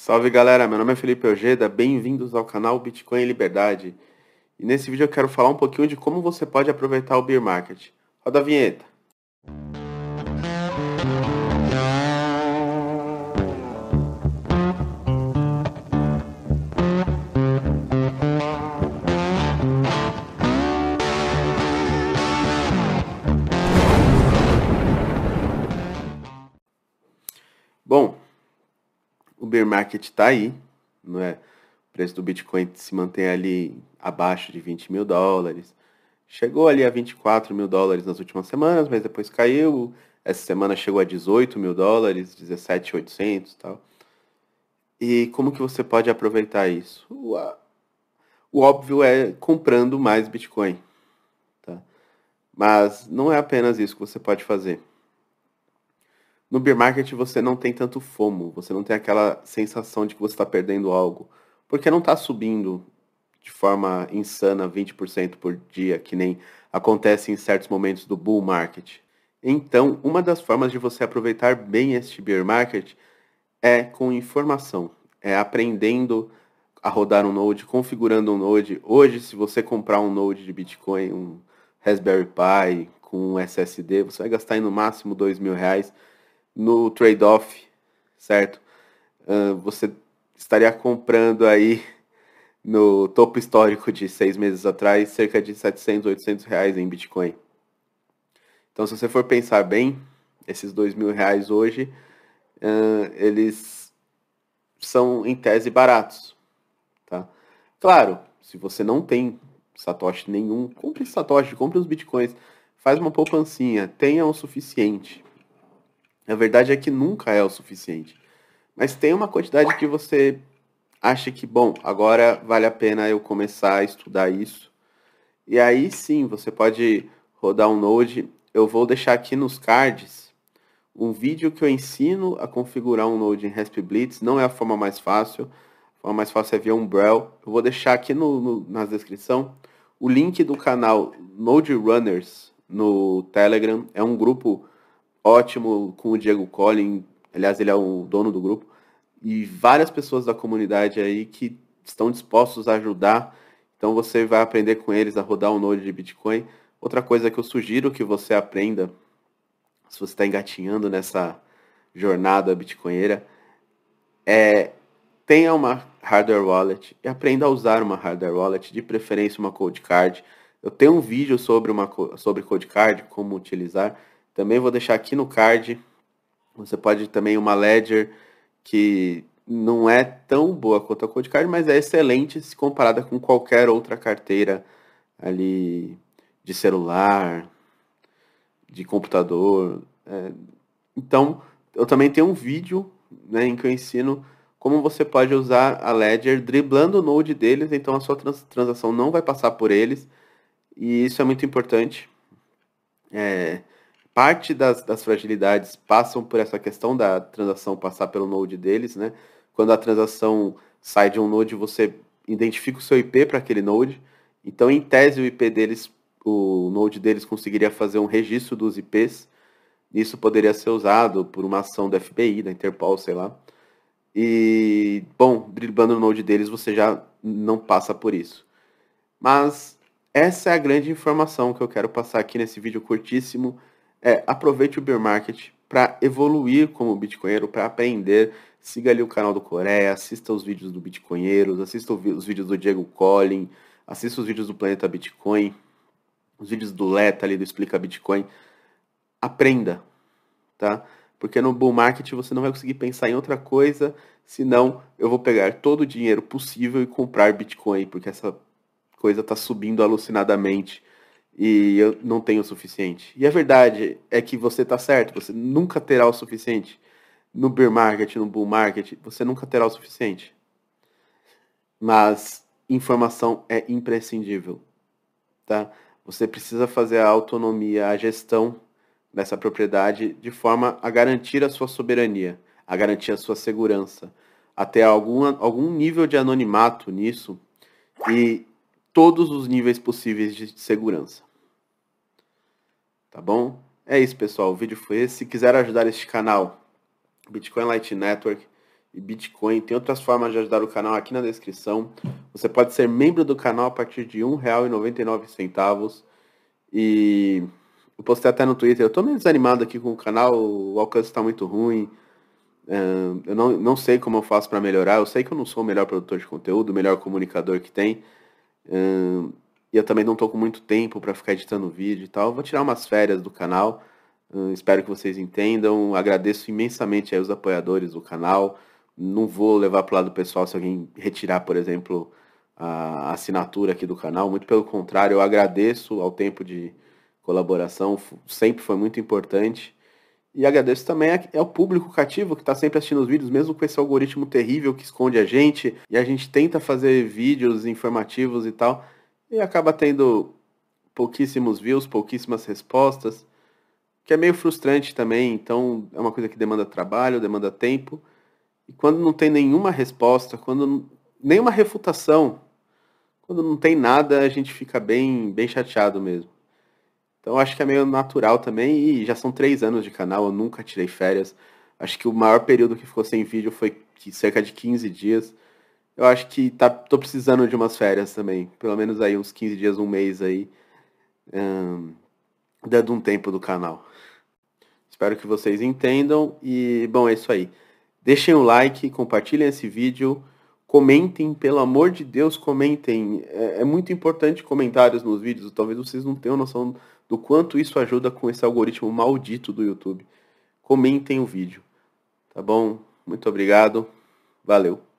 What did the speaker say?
Salve galera, meu nome é Felipe Ojeda, bem-vindos ao canal Bitcoin e Liberdade. E nesse vídeo eu quero falar um pouquinho de como você pode aproveitar o Bear Market. Roda a vinheta. Bom, o Bear Market está aí, não é? O preço do Bitcoin se mantém ali abaixo de 20 mil dólares. Chegou ali a 24 mil dólares nas últimas semanas, mas depois caiu. Essa semana chegou a 18 mil dólares, 17.800 e tal. E como que você pode aproveitar isso? O óbvio é comprando mais Bitcoin, tá? Mas não é apenas isso que você pode fazer. No bear market você não tem tanto FOMO, você não tem aquela sensação de que você está perdendo algo, porque não está subindo de forma insana 20% por dia, que nem acontece em certos momentos do bull market. Então, uma das formas de você aproveitar bem este bear market é com informação, é aprendendo a rodar um node, configurando um node. Hoje, se você comprar um node de Bitcoin, um Raspberry Pi com um SSD, você vai gastar no máximo R$ 2.000 no trade-off, certo? Você estaria comprando aí no topo histórico de 6 meses atrás cerca de 700, R$ 800 em Bitcoin. Então, se você for pensar bem, esses R$ 2.000 hoje, eles são em tese baratos, tá? Claro, se você não tem satoshi nenhum, compre satoshi, compre os bitcoins, faz uma poupancinha, tenha o suficiente. A verdade é que nunca é o suficiente, mas tem uma quantidade que você acha que, bom, agora vale a pena eu começar a estudar isso. E aí sim, você pode rodar um node. Eu vou deixar aqui nos cards um vídeo que eu ensino a configurar um node em Raspberry. Não é a forma mais fácil. A forma mais fácil é via Umbrel. Eu vou deixar aqui na descrição o link do canal Node Runners no Telegram. É um grupo ótimo com o Diego Collin. Aliás, ele é o dono do grupo. E várias pessoas da comunidade aí que estão dispostos a ajudar. Então você vai aprender com eles a rodar um node de Bitcoin. Outra coisa que eu sugiro que você aprenda, se você está engatinhando nessa jornada bitcoinheira, tenha uma hardware wallet e aprenda a usar uma hardware wallet, de preferência uma cold card. Eu tenho um vídeo sobre cold card, como utilizar. Também vou deixar aqui no card. Você pode também uma Ledger que não é tão boa quanto a cold card, mas é excelente se comparada com qualquer outra carteira ali de celular, de computador. Então, eu também tenho um vídeo, né, em que eu ensino como você pode usar a Ledger driblando o node deles, então a sua transação não vai passar por eles, e isso é muito importante. Parte das fragilidades passam por essa questão da transação passar pelo node deles, né? Quando a transação sai de um node, você identifica o seu IP para aquele node. Então, em tese, o node deles conseguiria fazer um registro dos IPs. Isso poderia ser usado por uma ação da FBI, da Interpol, sei lá. E, bom, driblando o node deles, você já não passa por isso. Mas essa é a grande informação que eu quero passar aqui nesse vídeo curtíssimo. Aproveite o bear market para evoluir como bitcoinheiro, para aprender. Siga ali o canal do Coreia, assista os vídeos do Bitcoinheiros, assista os vídeos do Diego Collin, assista os vídeos do Planeta Bitcoin, os vídeos do Leta ali do Explica Bitcoin. Aprenda, tá? Porque no bull market você não vai conseguir pensar em outra coisa, senão eu vou pegar todo o dinheiro possível e comprar Bitcoin, porque essa coisa está subindo alucinadamente e eu não tenho o suficiente. E a verdade é que você está certo, você nunca terá o suficiente. No bear market, no bull market, você nunca terá o suficiente. Mas informação é imprescindível, tá? Você precisa fazer a autonomia, a gestão dessa propriedade de forma a garantir a sua soberania, a garantir a sua segurança, até algum nível de anonimato nisso e todos os níveis possíveis de segurança. Tá bom? É isso, pessoal. O vídeo foi esse. Se quiser ajudar este canal, Bitcoin Light Network, e Bitcoin. Tem outras formas de ajudar o canal aqui na descrição. Você pode ser membro do canal a partir de R$ 1,99. E eu postei até no Twitter, eu tô meio desanimado aqui com o canal, o alcance está muito ruim. Eu não sei como eu faço para melhorar. Eu sei que eu não sou o melhor produtor de conteúdo, o melhor comunicador que tem. E eu também não tô com muito tempo para ficar editando vídeo e tal. Eu vou tirar umas férias do canal. Espero que vocês entendam. Agradeço imensamente aí os apoiadores do canal. Não vou levar pro lado pessoal se alguém retirar, por exemplo, a assinatura aqui do canal. Muito pelo contrário, eu agradeço ao tempo de colaboração. Sempre foi muito importante. E agradeço também ao público cativo que está sempre assistindo os vídeos, mesmo com esse algoritmo terrível que esconde a gente. E a gente tenta fazer vídeos informativos e tal. E acaba tendo pouquíssimos views, pouquíssimas respostas. Que é meio frustrante também. Então é uma coisa que demanda trabalho, demanda tempo. E quando não tem nenhuma resposta, nenhuma refutação, quando não tem nada, a gente fica bem chateado mesmo. Então acho que é meio natural também, e já são 3 anos de canal, eu nunca tirei férias. Acho que o maior período que ficou sem vídeo foi cerca de 15 dias. Eu acho que tô precisando de umas férias também, pelo menos aí uns 15 dias, um mês aí, dando um tempo do canal. Espero que vocês entendam e, bom, é isso aí. Deixem o like, compartilhem esse vídeo, comentem, pelo amor de Deus, comentem. É muito importante comentários nos vídeos, talvez vocês não tenham noção do quanto isso ajuda com esse algoritmo maldito do YouTube. Comentem o vídeo, tá bom? Muito obrigado, valeu.